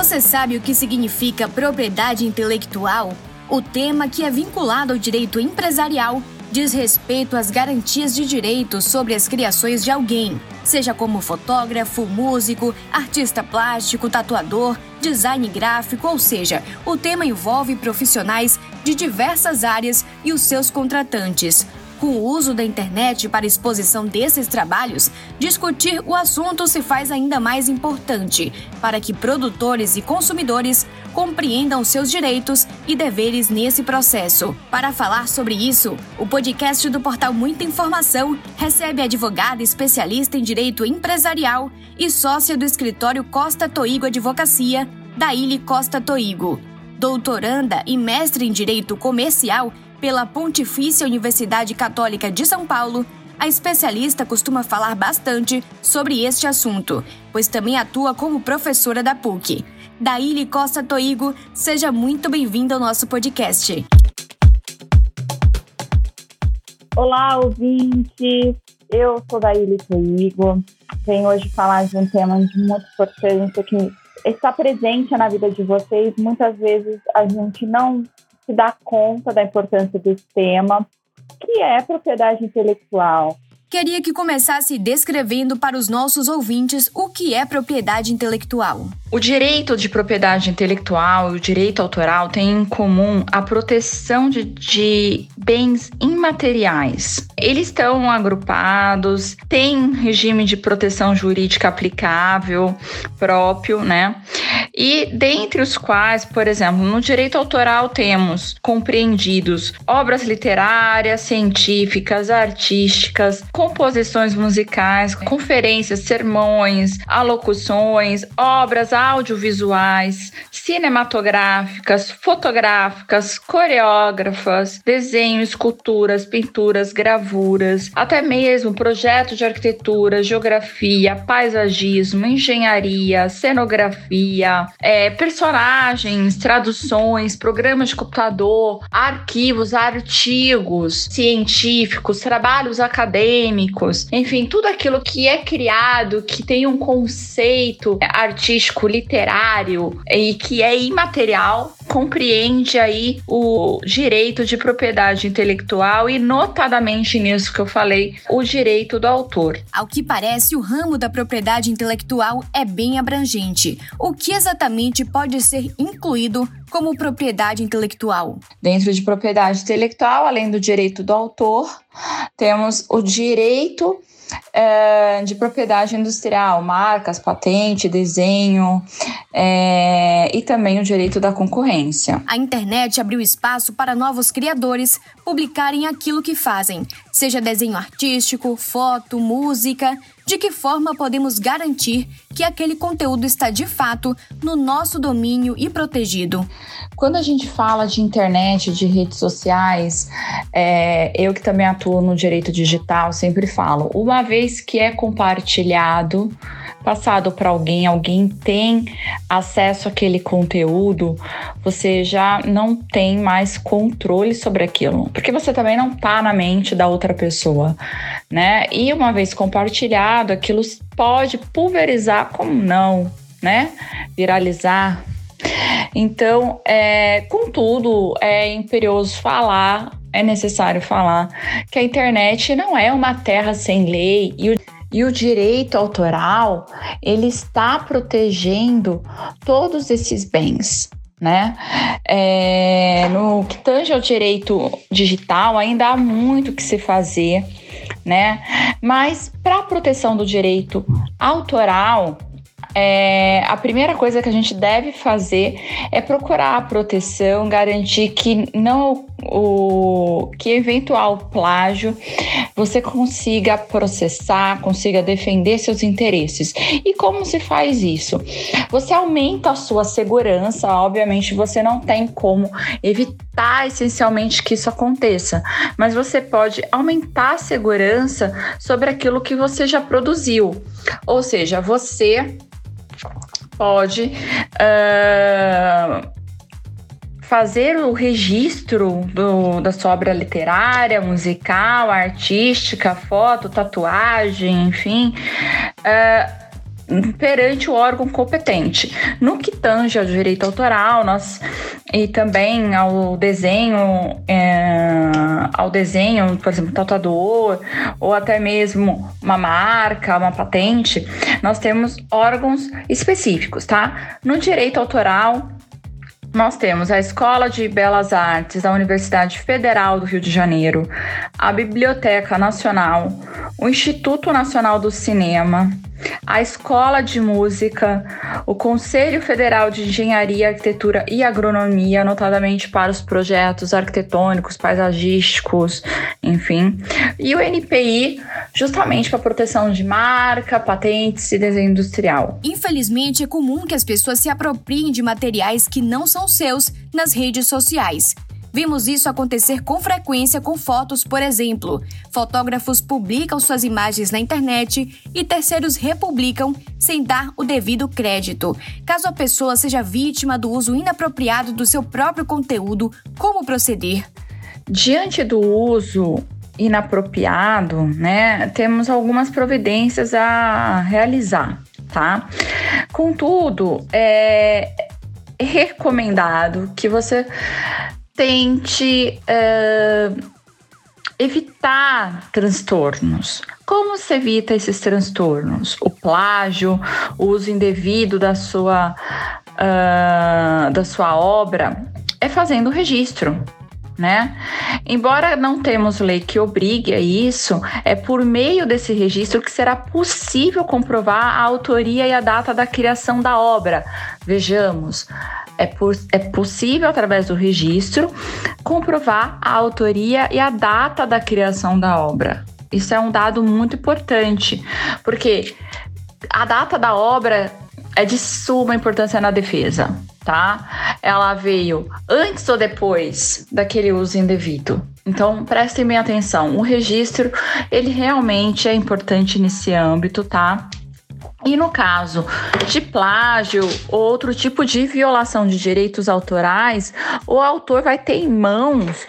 Você sabe o que significa propriedade intelectual? O tema, que é vinculado ao direito empresarial, diz respeito às garantias de direitos sobre as criações de alguém, seja como fotógrafo, músico, artista plástico, tatuador, design gráfico, ou seja, o tema envolve profissionais de diversas áreas e os seus contratantes. Com o uso da internet para exposição desses trabalhos, discutir o assunto se faz ainda mais importante para que produtores e consumidores compreendam seus direitos e deveres nesse processo. Para falar sobre isso, o podcast do portal Muita Informação recebe a advogada especialista em direito empresarial e sócia do escritório Costa Toigo Advocacia, Daíli Costa Toigo. Doutoranda e mestre em direito comercial pela Pontifícia Universidade Católica de São Paulo, a especialista costuma falar bastante sobre este assunto, pois também atua como professora da PUC. Daíli Costa Toigo, seja muito bem-vinda ao nosso podcast. Olá, ouvintes! Eu sou Daíli Toigo. Venho hoje falar de um tema de muita importância que está presente na vida de vocês. Muitas vezes a gente não se dá conta da importância desse tema, que é propriedade intelectual. Queria que começasse descrevendo para os nossos ouvintes o que é propriedade intelectual. O direito de propriedade intelectual e o direito autoral têm em comum a proteção de bens imateriais. Eles estão agrupados, têm regime de proteção jurídica aplicável próprio, né? E dentre os quais, por exemplo, no direito autoral temos compreendidos obras literárias, científicas, artísticas, composições musicais, conferências, sermões, alocuções, obras audiovisuais, cinematográficas, fotográficas, coreógrafas, desenhos, esculturas, pinturas, gravuras, até mesmo projetos de arquitetura, geografia, paisagismo, engenharia, cenografia, personagens, traduções, programas de computador, arquivos, artigos científicos, trabalhos acadêmicos, enfim, tudo aquilo que é criado, que tem um conceito artístico, literário e que é imaterial, compreende aí o direito de propriedade intelectual e, notadamente nisso que eu falei, o direito do autor. Ao que parece, o ramo da propriedade intelectual é bem abrangente. O que exatamente pode ser incluído como propriedade intelectual? Dentro de propriedade intelectual, além do direito do autor, temos o direito de propriedade industrial, marcas, patente, desenho e também o direito da concorrência. A internet abriu espaço para novos criadores publicarem aquilo que fazem, seja desenho artístico, foto, música. De que forma podemos garantir que aquele conteúdo está de fato no nosso domínio e protegido? Quando a gente fala de internet, de redes sociais, eu que também atuo no direito digital, sempre falo, uma vez que é compartilhado, passado para alguém tem acesso àquele conteúdo, você já não tem mais controle sobre aquilo, porque você também não está na mente da outra pessoa, né? E uma vez compartilhado, aquilo pode pulverizar, como não, né? Viralizar. Então, contudo, é imperioso falar, é necessário falar que a internet não é uma terra sem lei e o direito autoral, ele está protegendo todos esses bens, né? No que tange ao direito digital, ainda há muito que se fazer, né? Mas para a proteção do direito autoral, a primeira coisa que a gente deve fazer é procurar a proteção, garantir que que eventual plágio você consiga processar, consiga defender seus interesses. E como se faz isso? Você aumenta a sua segurança, obviamente você não tem como evitar essencialmente que isso aconteça, mas você pode aumentar a segurança sobre aquilo que você já produziu. Ou seja, você pode fazer o registro da sua obra literária, musical, artística, foto, tatuagem, enfim, perante o órgão competente. No que tange ao direito autoral, e também ao desenho, por exemplo, tatuador, ou até mesmo uma marca, uma patente, nós temos órgãos específicos, tá? No direito autoral, nós temos a Escola de Belas Artes da Universidade Federal do Rio de Janeiro, a Biblioteca Nacional, o Instituto Nacional do Cinema, a Escola de Música, o Conselho Federal de Engenharia, Arquitetura e Agronomia, notadamente para os projetos arquitetônicos, paisagísticos, enfim, e o NPI, justamente para a proteção de marca, patentes e desenho industrial. Infelizmente, é comum que as pessoas se apropriem de materiais que não são seus nas redes sociais. Vimos isso acontecer com frequência com fotos, por exemplo. Fotógrafos publicam suas imagens na internet e terceiros republicam sem dar o devido crédito. Caso a pessoa seja vítima do uso inapropriado do seu próprio conteúdo, como proceder? Diante do uso inapropriado, né, temos algumas providências a realizar, tá? Contudo, é recomendado que você tente evitar transtornos. Como se evita esses transtornos? O plágio, o uso indevido da sua obra é fazendo o registro, né? Embora não temos lei que obrigue a isso, é por meio desse registro que será possível comprovar a autoria e a data da criação da obra. Vejamos, é possível, através do registro, comprovar a autoria e a data da criação da obra. Isso é um dado muito importante, porque a data da obra é de suma importância na defesa, tá? Ela veio antes ou depois daquele uso indevido. Então, prestem bem atenção. O registro, ele realmente é importante nesse âmbito, tá? E no caso de plágio ou outro tipo de violação de direitos autorais, o autor vai ter em mãos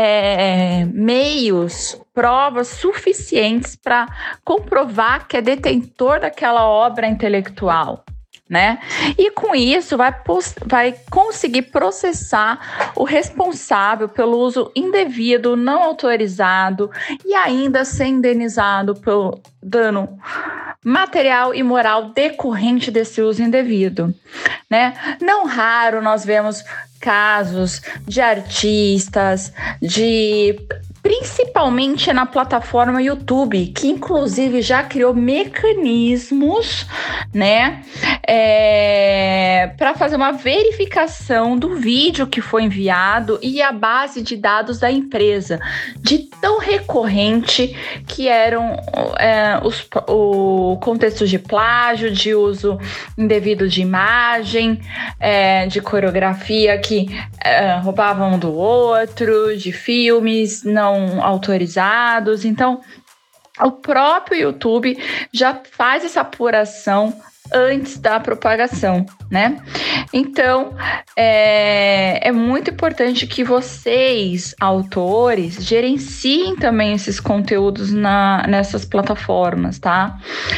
meios, provas suficientes para comprovar que é detentor daquela obra intelectual, né? E com isso vai conseguir processar o responsável pelo uso indevido, não autorizado e ainda ser indenizado pelo dano material e moral decorrente desse uso indevido, né? Não raro nós vemos casos de artistas, principalmente na plataforma YouTube, que inclusive já criou mecanismos, né, para fazer uma verificação do vídeo que foi enviado e a base de dados da empresa, de tão recorrente que eram o contexto de plágio, de uso indevido de imagem, de coreografia que roubavam um do outro, de filmes não autorizados. Então, o próprio YouTube já faz essa apuração antes da propagação, né? Então, é muito importante que vocês, autores, gerenciem também esses conteúdos nessas plataformas, tá?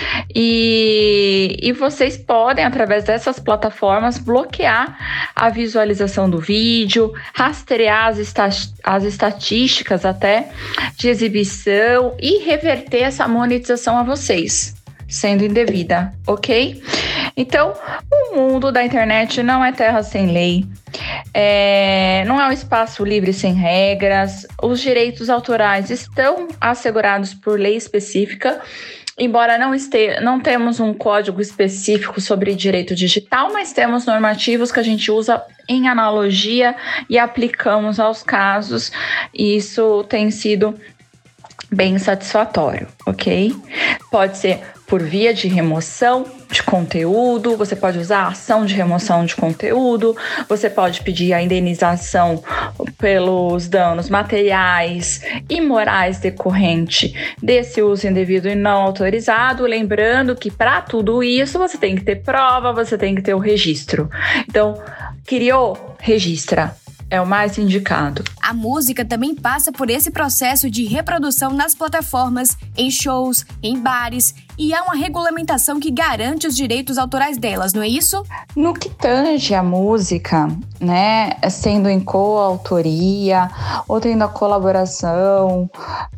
E vocês podem, através dessas plataformas, bloquear a visualização do vídeo, rastrear as estatísticas até de exibição e reverter essa monetização a vocês, sendo indevida, ok? Então, o mundo da internet não é terra sem lei, não é um espaço livre sem regras, os direitos autorais estão assegurados por lei específica, embora não temos um código específico sobre direito digital, mas temos normativos que a gente usa em analogia e aplicamos aos casos, e isso tem sido bem satisfatório, ok? Pode ser por via de remoção de conteúdo, você pode usar a ação de remoção de conteúdo, você pode pedir a indenização pelos danos materiais e morais decorrente desse uso indevido e não autorizado, lembrando que para tudo isso você tem que ter prova, você tem que ter o registro. Então, criou, registra. é o mais indicado. A música também passa por esse processo de reprodução nas plataformas, em shows, em bares, e há uma regulamentação que garante os direitos autorais delas, não é isso? No que tange a música, né, sendo em coautoria ou tendo a colaboração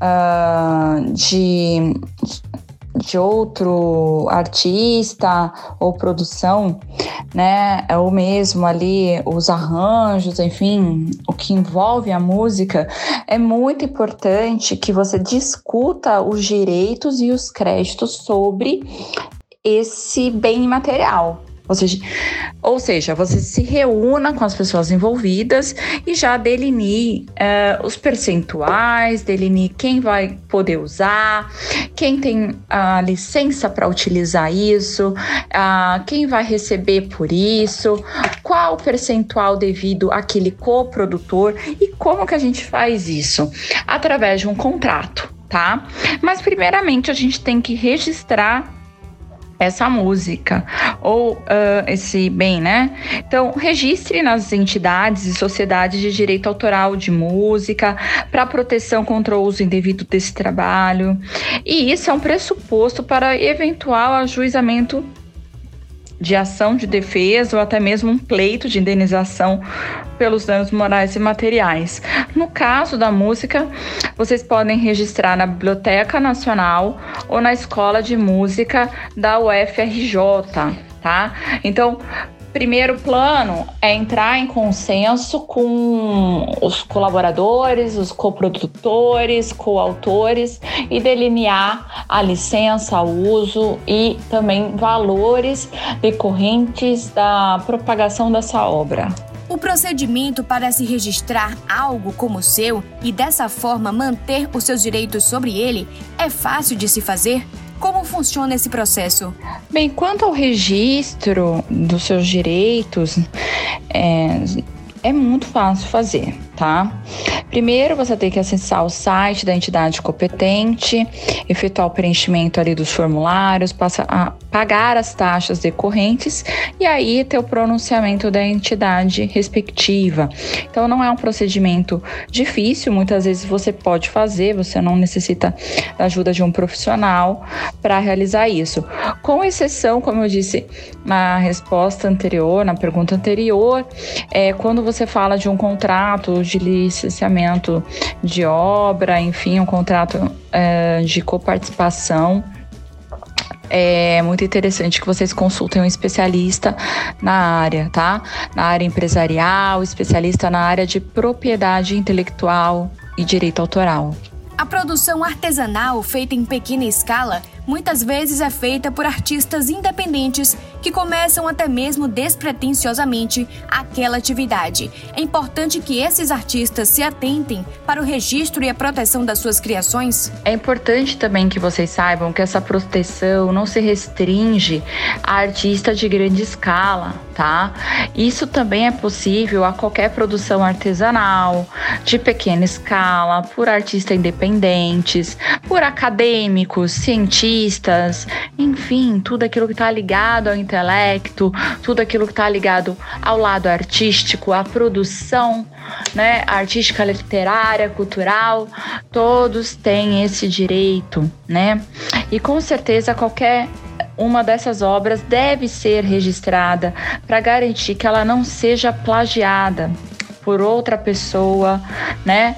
de outro artista ou produção, né, ou mesmo ali os arranjos, enfim, o que envolve a música, é muito importante que você discuta os direitos e os créditos sobre esse bem imaterial. Ou seja, você se reúna com as pessoas envolvidas e já delinee os percentuais, delinee quem vai poder usar, quem tem a licença para utilizar isso, quem vai receber por isso, qual o percentual devido àquele coprodutor e como que a gente faz isso? Através de um contrato, tá? Mas primeiramente a gente tem que registrar essa música ou esse bem, né? Então, registre nas entidades e sociedades de direito autoral de música para proteção contra o uso indevido desse trabalho. E isso é um pressuposto para eventual ajuizamento de ação de defesa ou até mesmo um pleito de indenização pelos danos morais e materiais. No caso da música, vocês podem registrar na Biblioteca Nacional ou na Escola de Música da UFRJ, tá? Então, primeiro plano é entrar em consenso com os colaboradores, os coprodutores, coautores e delinear a licença, o uso e também valores decorrentes da propagação dessa obra. O procedimento para se registrar algo como seu e dessa forma manter os seus direitos sobre ele é fácil de se fazer? Como funciona esse processo? Bem, quanto ao registro dos seus direitos, é muito fácil fazer, tá? Primeiro, você tem que acessar o site da entidade competente, efetuar o preenchimento ali dos formulários, pagar as taxas decorrentes e aí ter o pronunciamento da entidade respectiva. Então, não é um procedimento difícil, muitas vezes você pode fazer, você não necessita da ajuda de um profissional para realizar isso. Com exceção, como eu disse na resposta anterior, na pergunta anterior, quando você fala de um contrato de licenciamento de obra, enfim, um contrato de coparticipação, é muito interessante que vocês consultem um especialista na área, tá? Na área empresarial, especialista na área de propriedade intelectual e direito autoral. A produção artesanal feita em pequena escala muitas vezes é feita por artistas independentes que começam até mesmo despretensiosamente aquela atividade. É importante que esses artistas se atentem para o registro e a proteção das suas criações. É importante também que vocês saibam que essa proteção não se restringe a artista de grande escala, tá? Isso também é possível a qualquer produção artesanal, de pequena escala, por artistas independentes, por acadêmicos, cientistas, enfim, tudo aquilo que está ligado ao intelecto, tudo aquilo que está ligado ao lado artístico, à produção, né, artística, literária, cultural, todos têm esse direito, né? E com certeza qualquer uma dessas obras deve ser registrada para garantir que ela não seja plagiada por outra pessoa, né?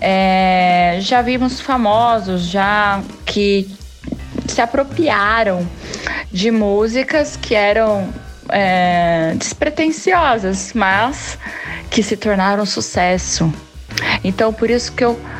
Já vimos famosos já que se apropriaram de músicas que eram despretensiosas, mas que se tornaram sucesso. Então, por isso que eu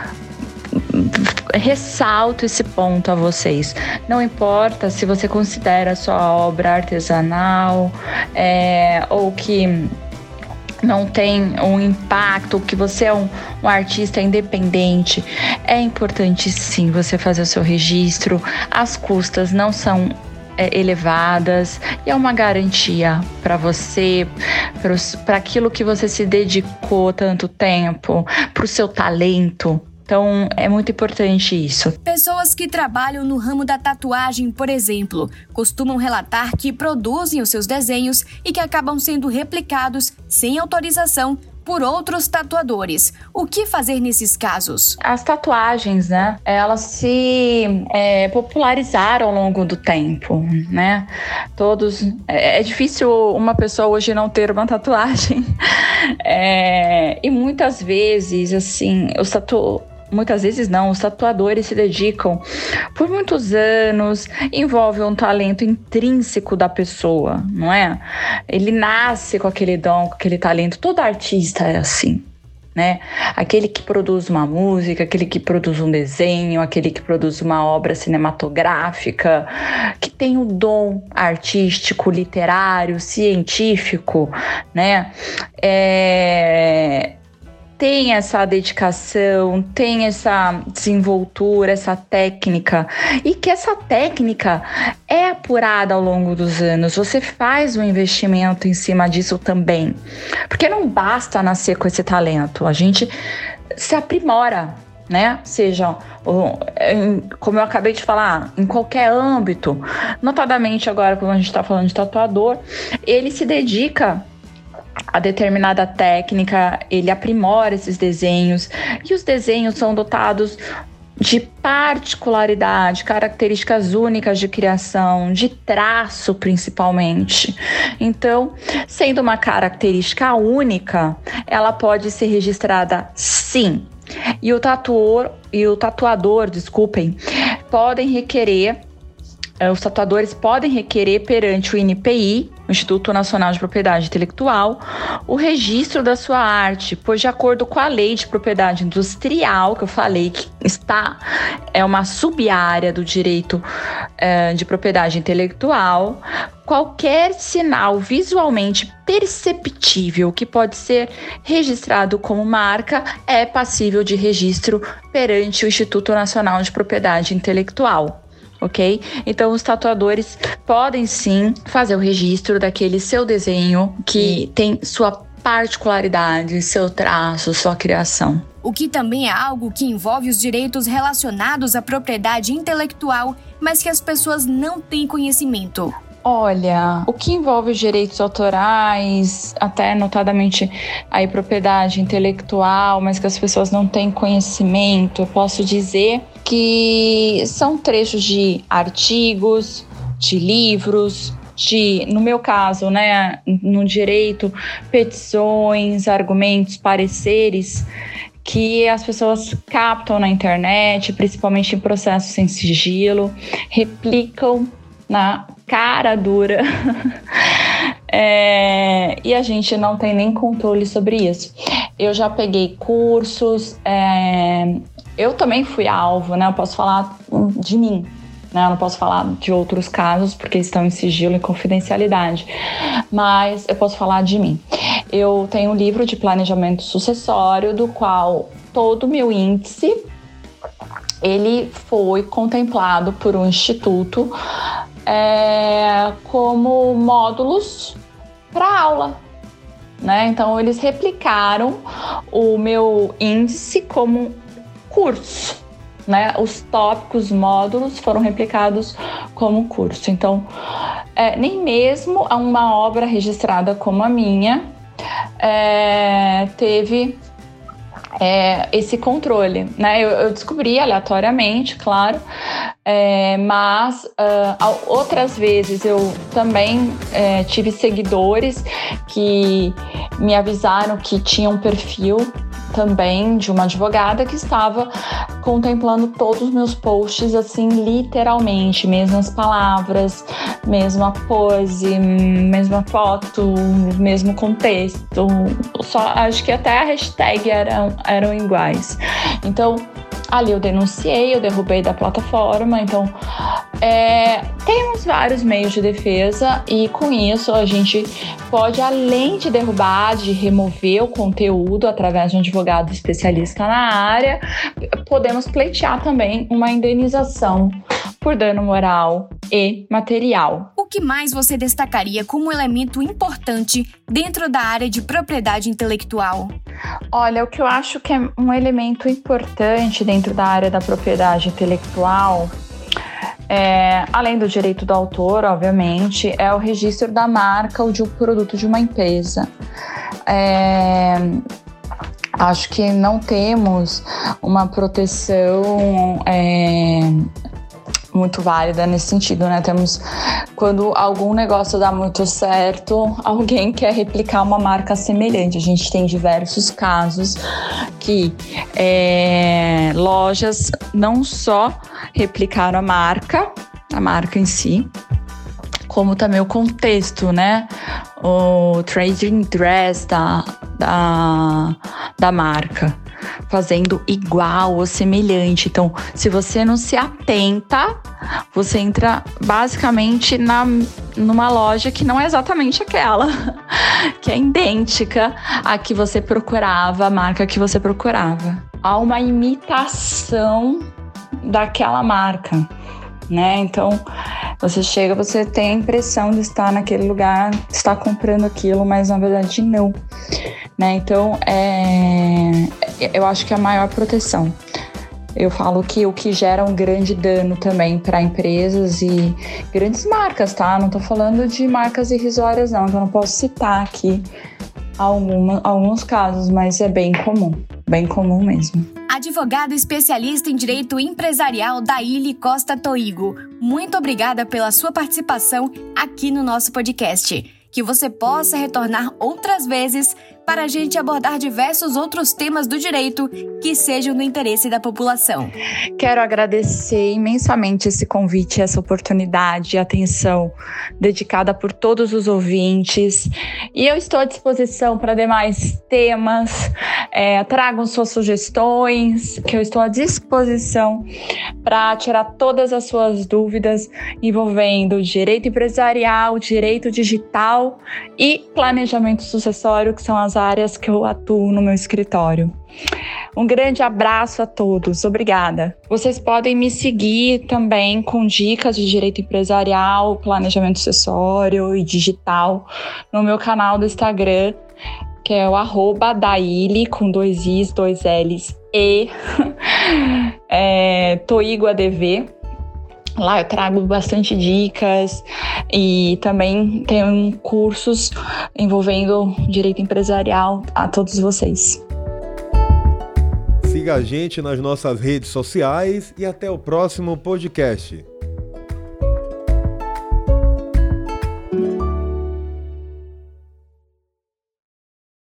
ressalto esse ponto a vocês. Não importa se você considera a sua obra artesanal ou que não tem um impacto, que você é um artista independente, é importante sim você fazer o seu registro. As custas não são elevadas e é uma garantia para você, para aquilo que você se dedicou tanto tempo, para o seu talento. Então, é muito importante isso. Pessoas que trabalham no ramo da tatuagem, por exemplo, costumam relatar que produzem os seus desenhos e que acabam sendo replicados sem autorização por outros tatuadores. O que fazer nesses casos? As tatuagens, né? Elas se popularizaram ao longo do tempo, né? É difícil uma pessoa hoje não ter uma tatuagem. E muitas vezes, assim, muitas vezes não, os tatuadores se dedicam por muitos anos, envolve um talento intrínseco da pessoa, não é? Ele nasce com aquele dom, com aquele talento. Todo artista é assim, né? Aquele que produz uma música, aquele que produz um desenho, aquele que produz uma obra cinematográfica, que tem o dom artístico, literário, científico, né? Tem essa dedicação, tem essa desenvoltura, essa técnica, e que essa técnica é apurada ao longo dos anos. Você faz um investimento em cima disso também, porque não basta nascer com esse talento, a gente se aprimora, né? Seja, como eu acabei de falar, em qualquer âmbito, notadamente agora quando a gente está falando de tatuador, ele se dedica a determinada técnica, ele aprimora esses desenhos, e os desenhos são dotados de particularidade, características únicas de criação, de traço principalmente. Então, sendo uma característica única, ela pode ser registrada sim. E o tatuador, os tatuadores podem requerer perante o INPI, o Instituto Nacional de Propriedade Intelectual, o registro da sua arte, pois de acordo com a Lei de Propriedade Industrial, que eu falei que é uma sub-área do direito de propriedade intelectual, qualquer sinal visualmente perceptível que pode ser registrado como marca é passível de registro perante o Instituto Nacional de Propriedade Intelectual. Ok? Então, os tatuadores podem sim fazer o registro daquele seu desenho que tem sua particularidade, seu traço, sua criação. O que também é algo que envolve os direitos relacionados à propriedade intelectual, mas que as pessoas não têm conhecimento. Olha, o que envolve os direitos autorais, até notadamente a propriedade intelectual, mas que as pessoas não têm conhecimento, eu posso dizer que são trechos de artigos, de livros, no meu caso, né, no direito, petições, argumentos, pareceres, que as pessoas captam na internet, principalmente em processos sem sigilo, replicam na cara dura e a gente não tem nem controle sobre isso. Eu já peguei cursos, eu também fui alvo, né? Eu posso falar de mim, né? Eu não posso falar de outros casos porque estão em sigilo e confidencialidade, mas eu posso falar de mim. Eu tenho um livro de planejamento sucessório do qual todo o meu índice ele foi contemplado por um instituto como módulos para aula, né? Então, eles replicaram o meu índice como curso, né? Os tópicos, módulos foram replicados como curso. Então, nem mesmo uma obra registrada como a minha teve esse controle, né? Eu descobri aleatoriamente, claro, mas outras vezes eu também tive seguidores que me avisaram que tinha um perfil também de uma advogada que estava contemplando todos os meus posts, assim, literalmente, mesmas palavras, mesma pose, mesma foto, mesmo contexto, só acho que até a hashtag eram iguais. Então, ali eu denunciei, eu derrubei da plataforma, então temos vários meios de defesa e com isso a gente pode, além de derrubar, de remover o conteúdo através de um advogado especialista na área, podemos pleitear também uma indenização por dano moral e material. O que mais você destacaria como elemento importante dentro da área de propriedade intelectual? Olha, o que eu acho que é um elemento importante dentro da área da propriedade intelectual Além do direito do autor, obviamente, é o registro da marca ou de um produto de uma empresa. Acho que não temos uma proteção muito válida nesse sentido, né? Temos, quando algum negócio dá muito certo, alguém quer replicar uma marca semelhante. A gente tem diversos casos que lojas não só replicaram a marca em si, como também o contexto, né? O trading dress da marca, fazendo igual ou semelhante. Então, se você não se atenta, você entra basicamente numa loja que não é exatamente aquela, que é idêntica à que você procurava, a marca que você procurava. Há uma imitação daquela marca, né? Então, você chega, você tem a impressão de estar naquele lugar, estar comprando aquilo, mas na verdade não, né? Então, eu acho que é a maior proteção. Eu falo que o que gera um grande dano também para empresas e grandes marcas, tá? Não tô falando de marcas irrisórias, não, então eu não posso citar aqui alguns casos, mas é bem comum mesmo. Advogada especialista em direito empresarial Daíli Costa Toigo, muito obrigada pela sua participação aqui no nosso podcast. Que você possa retornar outras vezes para a gente abordar diversos outros temas do direito que sejam do interesse da população. Quero agradecer imensamente esse convite, essa oportunidade e atenção dedicada por todos os ouvintes. E eu estou à disposição para demais temas. Tragam suas sugestões, que eu estou à disposição para tirar todas as suas dúvidas envolvendo direito empresarial, direito digital e planejamento sucessório, que são as áreas que eu atuo no meu escritório. Um grande abraço a todos, obrigada. Vocês podem me seguir também com dicas de direito empresarial, planejamento sucessório e digital no meu canal do Instagram, que é o @Daíli, com 2 Is, 2 Ls e ToigoADV. Lá eu trago bastante dicas e também tenho cursos envolvendo direito empresarial a todos vocês. Siga a gente nas nossas redes sociais e até o próximo podcast.